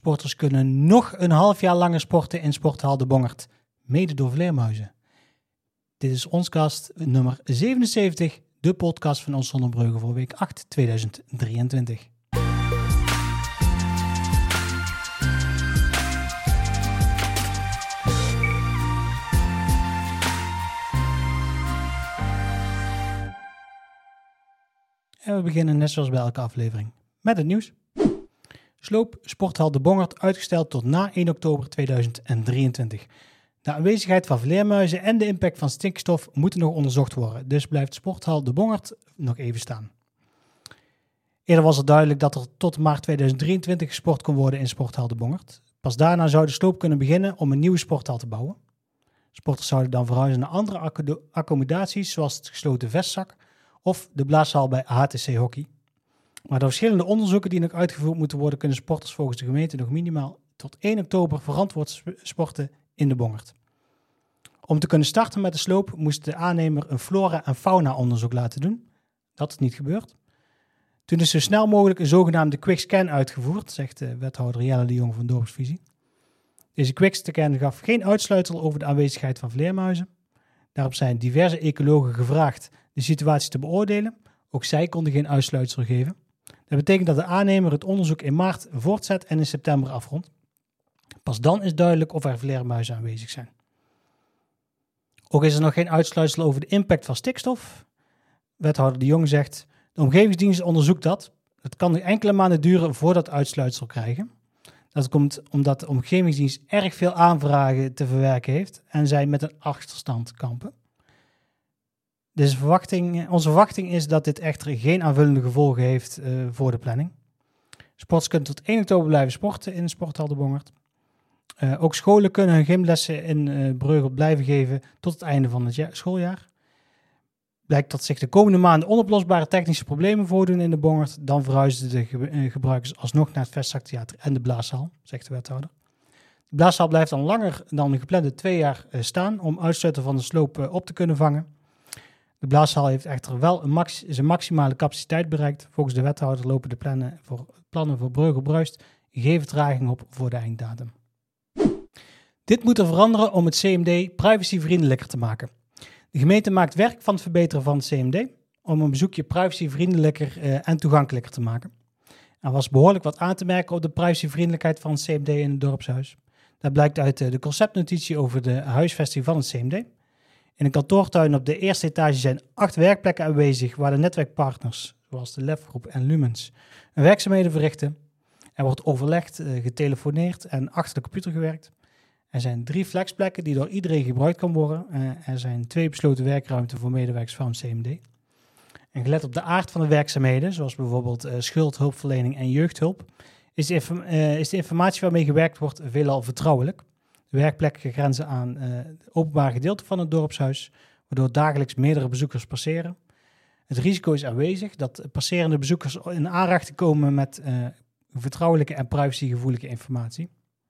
Sporters kunnen nog een half jaar langer sporten in Sporthal De Bongerd, mede door vleermuizen. Dit is ons cast nummer 77, de podcast van Ons Zonnebrugge voor week 8 2023. En we beginnen net zoals bij elke aflevering met het nieuws. Sloop Sporthal De Bongerd uitgesteld tot na 1 oktober 2023. De aanwezigheid van vleermuizen en de impact van stikstof moeten nog onderzocht worden. Dus blijft Sporthal De Bongerd nog even staan. Eerder was het duidelijk dat er tot maart 2023 gesport kon worden in Sporthal De Bongerd. Pas daarna zou de sloop kunnen beginnen om een nieuwe sporthal te bouwen. Sporters zouden dan verhuizen naar andere accommodaties zoals het gesloten vestzak of de blaaszal bij HTC Hockey. Maar door verschillende onderzoeken die nog uitgevoerd moeten worden, kunnen sporters volgens de gemeente nog minimaal tot 1 oktober verantwoord sporten in de Bongerd. Om te kunnen starten met de sloop moest de aannemer een flora- en fauna-onderzoek laten doen. Dat is niet gebeurd. Toen is zo snel mogelijk een zogenaamde quickscan uitgevoerd, zegt de wethouder Jelle de Jong van Dorpsvisie. Deze quickscan gaf geen uitsluitsel over de aanwezigheid van vleermuizen. Daarop zijn diverse ecologen gevraagd de situatie te beoordelen. Ook zij konden geen uitsluitsel geven. Dat betekent dat de aannemer het onderzoek in maart voortzet en in september afrondt. Pas dan is duidelijk of er vleermuizen aanwezig zijn. Ook is er nog geen uitsluitsel over de impact van stikstof. Wethouder de Jong zegt, de omgevingsdienst onderzoekt dat. Het kan nog enkele maanden duren voordat uitsluitsel krijgen. Dat komt omdat de omgevingsdienst erg veel aanvragen te verwerken heeft en zij met een achterstand kampen. Dus onze verwachting is dat dit echter geen aanvullende gevolgen heeft voor de planning. Sporters kunnen tot 1 oktober blijven sporten in Sporthal De Bongerd. Ook scholen kunnen hun gymlessen in Breugel blijven geven tot het einde van het schooljaar. Blijkt dat zich de komende maanden onoplosbare technische problemen voordoen in de Bongerd, dan verhuizen de gebruikers alsnog naar het Vestzaktheater en de blaaszaal, zegt de wethouder. De blaaszaal blijft dan langer dan de geplande 2 jaar staan om uitsluiten van de sloop op te kunnen vangen. De blaaszaal heeft echter wel zijn maximale capaciteit bereikt. Volgens de wethouder lopen de plannen voor Breugel-Bruist geen vertraging op voor de einddatum. Dit moet er veranderen om het CMD privacyvriendelijker te maken. De gemeente maakt werk van het verbeteren van het CMD om een bezoekje privacyvriendelijker en toegankelijker te maken. Er was behoorlijk wat aan te merken op de privacyvriendelijkheid van het CMD in het dorpshuis. Dat blijkt uit de conceptnotitie over de huisvesting van het CMD. In een kantoortuin op de eerste etage zijn 8 werkplekken aanwezig waar de netwerkpartners, zoals de LEF-groep en Lumens, hun werkzaamheden verrichten. Er wordt overlegd, getelefoneerd en achter de computer gewerkt. Er zijn 3 flexplekken die door iedereen gebruikt kan worden. Er zijn 2 besloten werkruimten voor medewerkers van het CMD. En gelet op de aard van de werkzaamheden, zoals bijvoorbeeld schuldhulpverlening en jeugdhulp, is de informatie waarmee gewerkt wordt veelal vertrouwelijk. De werkplekken grenzen aan het openbaar gedeelte van het dorpshuis, waardoor dagelijks meerdere bezoekers passeren. Het risico is aanwezig dat passerende bezoekers in aanraking komen met vertrouwelijke en privacygevoelige informatie.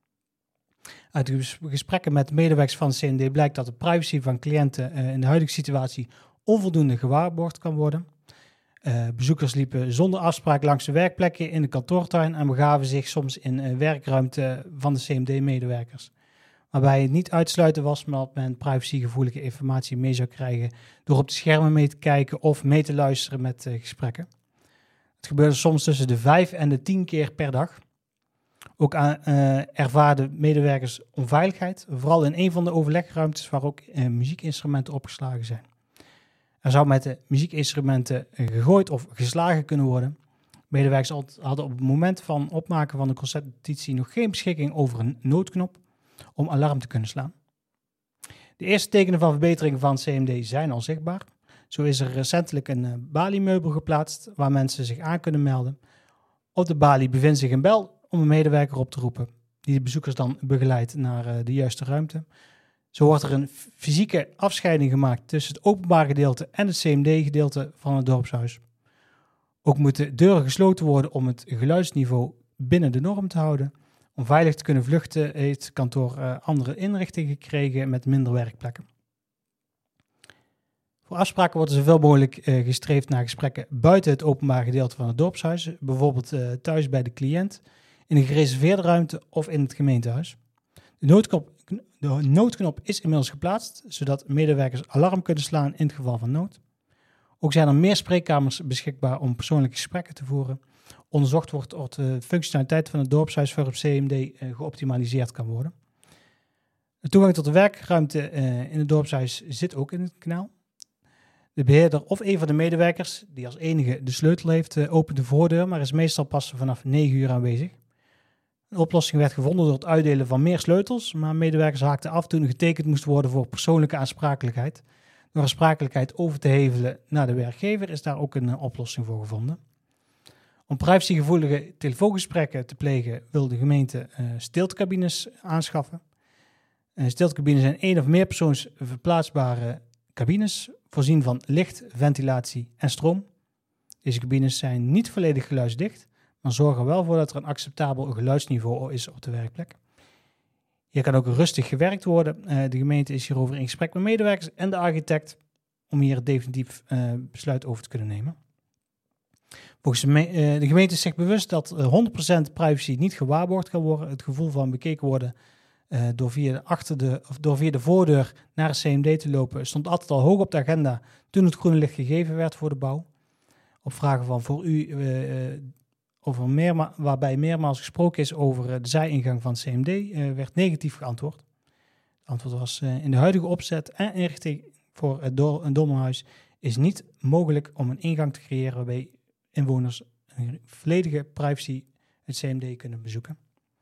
Uit de gesprekken met medewerkers van het CMD blijkt dat de privacy van cliënten in de huidige situatie onvoldoende gewaarborgd kan worden. Bezoekers liepen zonder afspraak langs de werkplekken in de kantoortuin en begaven zich soms in werkruimte van de CMD-medewerkers. Waarbij het niet uitsluiten was, maar dat men privacygevoelige informatie mee zou krijgen door op de schermen mee te kijken of mee te luisteren met gesprekken. Het gebeurde soms tussen de 5 en de 10 keer per dag. Ook ervaarden medewerkers onveiligheid, vooral in een van de overlegruimtes waar ook muziekinstrumenten opgeslagen zijn. Er zou met de muziekinstrumenten gegooid of geslagen kunnen worden. Medewerkers hadden op het moment van opmaken van de conceptnotitie nog geen beschikking over een noodknop om alarm te kunnen slaan. De eerste tekenen van verbetering van het CMD zijn al zichtbaar. Zo is er recentelijk een baliemeubel geplaatst waar mensen zich aan kunnen melden. Op de balie bevindt zich een bel om een medewerker op te roepen, die de bezoekers dan begeleidt naar de juiste ruimte. Zo wordt er een fysieke afscheiding gemaakt tussen het openbaar gedeelte en het CMD-gedeelte van het dorpshuis. Ook moeten deuren gesloten worden om het geluidsniveau binnen de norm te houden. Om veilig te kunnen vluchten heeft het kantoor andere inrichtingen gekregen met minder werkplekken. Voor afspraken wordt er zoveel mogelijk gestreefd naar gesprekken buiten het openbaar gedeelte van het dorpshuis. Bijvoorbeeld thuis bij de cliënt, in een gereserveerde ruimte of in het gemeentehuis. De noodknop is inmiddels geplaatst, zodat medewerkers alarm kunnen slaan in het geval van nood. Ook zijn er meer spreekkamers beschikbaar om persoonlijke gesprekken te voeren. Onderzocht wordt of de functionaliteit van het dorpshuis voor het CMD geoptimaliseerd kan worden. De toegang tot de werkruimte in het dorpshuis zit ook in het kanaal. De beheerder of een van de medewerkers, die als enige de sleutel heeft, opent de voordeur, maar is meestal pas vanaf 9 uur aanwezig. Een oplossing werd gevonden door het uitdelen van meer sleutels, maar medewerkers haakten af toen er getekend moest worden voor persoonlijke aansprakelijkheid. Door aansprakelijkheid over te hevelen naar de werkgever is daar ook een oplossing voor gevonden. Om privacygevoelige telefoongesprekken te plegen wil de gemeente stiltecabines aanschaffen. Stiltecabines zijn 1 of meer persoons verplaatsbare cabines, voorzien van licht, ventilatie en stroom. Deze cabines zijn niet volledig geluidsdicht, maar zorgen wel voor dat er een acceptabel geluidsniveau is op de werkplek. Hier kan ook rustig gewerkt worden. De gemeente is hierover in gesprek met medewerkers en de architect om hier definitief besluit over te kunnen nemen. Volgens de gemeente is zich bewust dat 100% privacy niet gewaarborgd kan worden. Het gevoel van bekeken worden door via de voordeur naar een CMD te lopen stond altijd al hoog op de agenda toen het groene licht gegeven werd voor de bouw. Op vragen van voor u waarbij meermaals gesproken is over de zijingang van het CMD, werd negatief geantwoord. Het antwoord was in de huidige opzet en inrichting voor een dommerhuis is niet mogelijk om een ingang te creëren waarbij inwoners een volledige privacy het CMD kunnen bezoeken.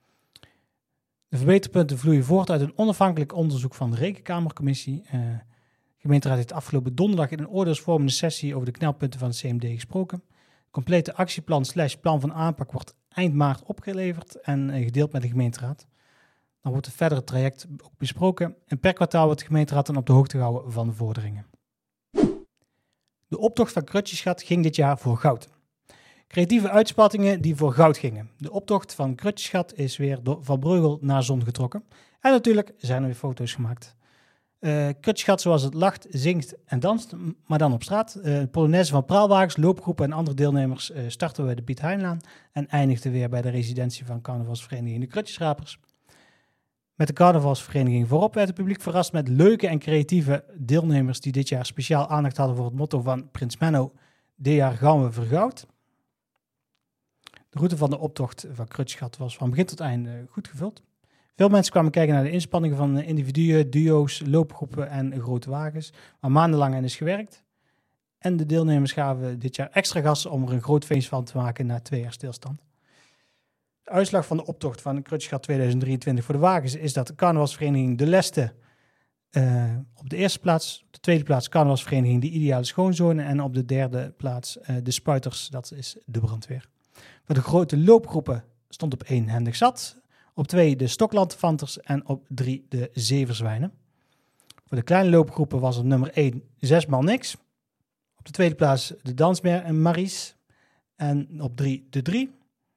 De verbeterpunten vloeien voort uit een onafhankelijk onderzoek van de Rekenkamercommissie. De gemeenteraad heeft afgelopen donderdag in een oordeelsvormende sessie over de knelpunten van het CMD gesproken. Complete actieplan / plan van aanpak wordt eind maart opgeleverd en gedeeld met de gemeenteraad. Dan wordt het verdere traject ook besproken. En per kwartaal wordt de gemeenteraad dan op de hoogte gehouden van de vorderingen. De optocht van Krutjeschat ging dit jaar voor goud. Creatieve uitspattingen die voor goud gingen. De optocht van Krutjeschat is weer van Breugel naar Zon getrokken. En natuurlijk zijn er weer foto's gemaakt. Krutjeschat zoals het lacht, zingt en danst, maar dan op straat. Polonaise van praalwagens, loopgroepen en andere deelnemers starten bij de Piet Heinlaan en eindigden weer bij de residentie van carnavalsvereniging de Krutjesrapers. Met de carnavalsvereniging voorop werd het publiek verrast met leuke en creatieve deelnemers die dit jaar speciaal aandacht hadden voor het motto van Prins Menno, dit jaar gaan we vergoud. De route van de optocht van Krutjeschat was van begin tot einde goed gevuld. Veel mensen kwamen kijken naar de inspanningen van individuen, duo's, loopgroepen en grote wagens, waar maandenlang aan is gewerkt. En de deelnemers gaven dit jaar extra gas om er een groot feest van te maken na 2 jaar stilstand. De uitslag van de optocht van Krutjeschat 2023 voor de wagens is dat de carnavalsvereniging De Leste op de eerste plaats, op de tweede plaats carnavalsvereniging De Ideale Schoonzone en op de derde plaats de Spuiters, dat is de brandweer. Voor de grote loopgroepen stond op 1 Hendig Zat, op 2 de Stoklandfanters en op 3 de Zeverzwijnen. Voor de kleine loopgroepen was op nummer 1 Zesmaal Niks. Op de tweede plaats de Dansmeer en Maries. En op 3 de 3.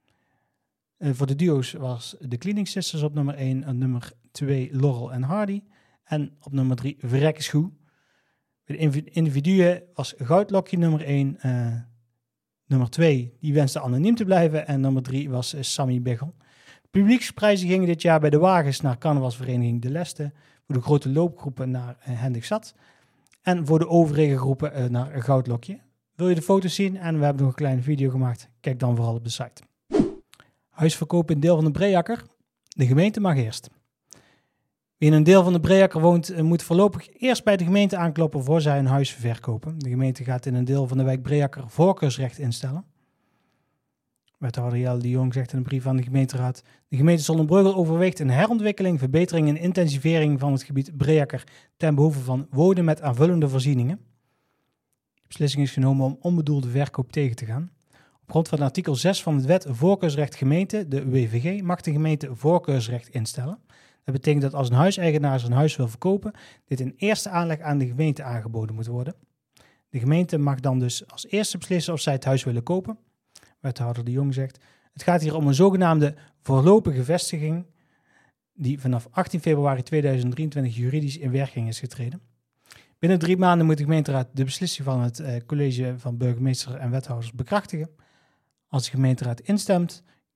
Voor de duo's was de Cleaning Sisters op nummer 1. En nummer 2 Laurel en Hardy. En op nummer 3 Verrekkeschoe. Bij de individuen was Goudlokje nummer 1. Nummer 2 die wenste anoniem te blijven. En nummer 3 was Sammy Biggel. Publieksprijzen gingen dit jaar bij de wagens naar carnavalsvereniging De Leste. Voor de grote loopgroepen naar Hendig Zat. En voor de overige groepen naar Goudlokje. Wil je de foto's zien? En we hebben nog een kleine video gemaakt. Kijk dan vooral op de site. Huisverkoop in deel van de Breakker. De gemeente mag eerst. Wie in een deel van de Breakker woont, moet voorlopig eerst bij de gemeente aankloppen voor zij een huis verkopen. De gemeente gaat in een deel van de wijk Breakker voorkeursrecht instellen. Wethouder Jelle de Jong zegt in een brief aan de gemeenteraad: de gemeente Zonnebreugel overweegt een herontwikkeling, verbetering en intensivering van het gebied Breakker ten behoeve van wonen met aanvullende voorzieningen. De beslissing is genomen om onbedoelde verkoop tegen te gaan. Op grond van artikel 6 van de wet voorkeursrecht gemeente, de WVG, mag de gemeente voorkeursrecht instellen. Dat betekent dat als een huiseigenaar zijn huis wil verkopen, dit in eerste aanleg aan de gemeente aangeboden moet worden. De gemeente mag dan dus als eerste beslissen of zij het huis willen kopen. Wethouder de Jong zegt: het gaat hier om een zogenaamde voorlopige vestiging die vanaf 18 februari 2023 juridisch in werking is getreden. Binnen 3 maanden moet de gemeenteraad de beslissing van het college van burgemeester en wethouders bekrachtigen. Als de gemeenteraad instemt,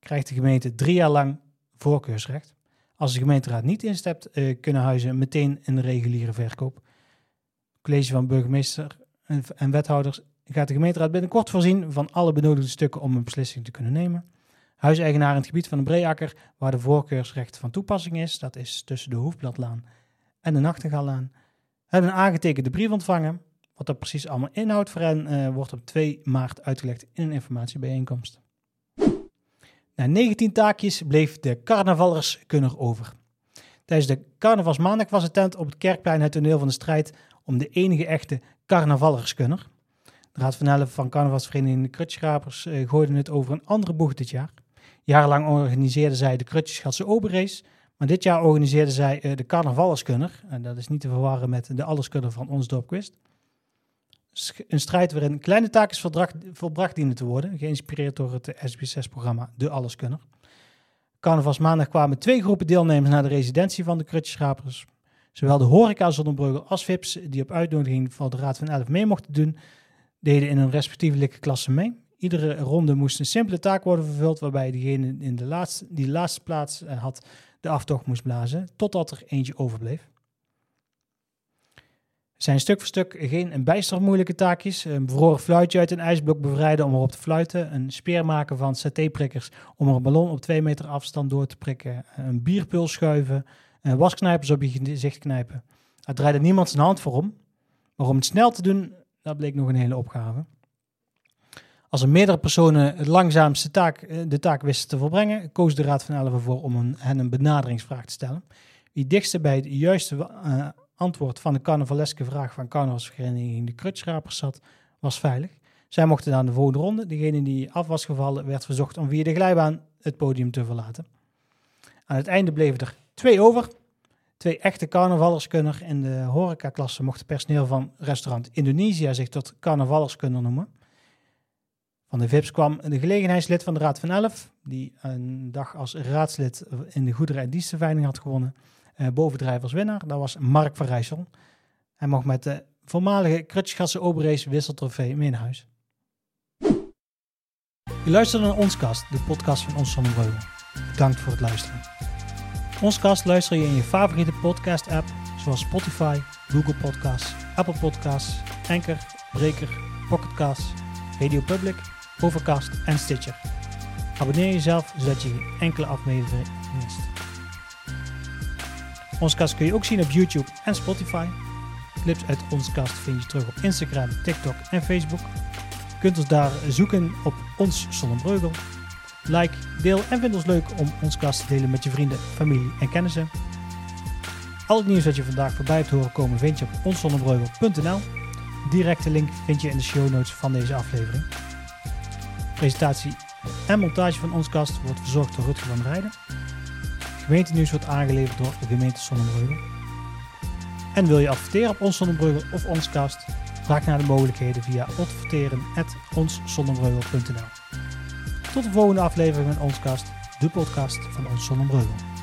krijgt de gemeente 3 jaar lang voorkeursrecht. Als de gemeenteraad niet instemt, kunnen huizen meteen in de reguliere verkoop. College van burgemeester en wethouders gaat de gemeenteraad binnenkort voorzien van alle benodigde stukken om een beslissing te kunnen nemen. Huiseigenaar in het gebied van de Breakker, waar de voorkeursrecht van toepassing is, dat is tussen de Hoefbladlaan en de Nachtegaallaan, hebben een aangetekende brief ontvangen. Wat dat precies allemaal inhoudt voor hen, wordt op 2 maart uitgelegd in een informatiebijeenkomst. Na 19 taakjes bleef de carnavallerskunner over. Tijdens de carnavalsmaandag was de tent op het Kerkplein het toneel van de strijd om de enige echte carnavallerskunner. De Raad van Elf van carnavalsvereniging de Krutjeschrapers gooide het over een andere boeg dit jaar. Jarenlang organiseerden zij de Krutjeschatse Oberrace, maar dit jaar organiseerden zij de carnavallerskunner. En dat is niet te verwarren met de alleskunner van Ons Dorp Quiz. Een strijd waarin kleine taakjes volbracht dienen te worden, geïnspireerd door het SBS6-programma De Alleskunner. Carnavalsmaandag kwamen 2 groepen deelnemers naar de residentie van de Krutjeschrapers. Zowel de horeca Zonnebreugel als VIP's, die op uitnodiging van de Raad van Elf mee mochten doen, deden in hun respectievelijke klassen mee. Iedere ronde moest een simpele taak worden vervuld, waarbij degene die de laatste plaats had de aftocht moest blazen, totdat er eentje overbleef. Er zijn stuk voor stuk geen bijster moeilijke taakjes. Een bevroren fluitje uit een ijsblok bevrijden om erop te fluiten. Een speer maken van satéprikkers om er een ballon op 2 meter afstand door te prikken. Een bierpul schuiven. Wasknijpers op je gezicht knijpen. Daar draaide niemand zijn hand voor om. Maar om het snel te doen, dat bleek nog een hele opgave. Als er meerdere personen het langzaamste de taak wisten te volbrengen, koos de Raad van Elf ervoor om hen een benaderingsvraag te stellen. Wie het dichtste bij het juiste antwoord van de carnavaleske vraag van carnavalsvereniging de Krutjeschrapers zat, was veilig. Zij mochten dan de volgende ronde. Degene die af was gevallen werd verzocht om via de glijbaan het podium te verlaten. Aan het einde bleven er 2 over. 2 echte carnavallerskunner. In de horecaklasse mocht het personeel van restaurant Indonesia zich tot carnavallerskunner noemen. Van de VIP's kwam de gelegenheidslid van de Raad van Elf, die een dag als raadslid in de goederen- en dienstenveiling had gewonnen, bovendrijver als winnaar. Dat was Mark van Rijssel. Hij mocht met de voormalige Krutjeschatse Oberrace wisseltrofee mee naar huis. Je luisterde naar Onskast, de podcast van Ons Zonnebreugel. Bedankt voor het luisteren. Onskast luister je in je favoriete podcast app, zoals Spotify, Google Podcasts, Apple Podcasts, Anchor, Breaker, Pocket Casts, Radio Public, Overcast en Stitcher. Abonneer jezelf, zodat je geen enkele aflevering mist. Onskast kun je ook zien op YouTube en Spotify. Clips uit Onskast vind je terug op Instagram, TikTok en Facebook. Je kunt ons daar zoeken op Ons Zonnebreugel. Like, deel en vind ons leuk om Onskast te delen met je vrienden, familie en kennissen. Al het nieuws dat je vandaag voorbij hebt horen komen vind je op onszonnebreugel.nl. Directe link vind je in de show notes van deze aflevering. Presentatie en montage van Onskast wordt verzorgd door Rutger van Rijden. Gemeentenieuws wordt aangeleverd door de gemeente Zonnebreugel. En wil je adverteren op Ons Zonnebreugel of Onskast? Vraag naar de mogelijkheden via adverteren@onszonnebreugel.nl. Tot de volgende aflevering van Onskast, de podcast van Ons Zonnebreugel.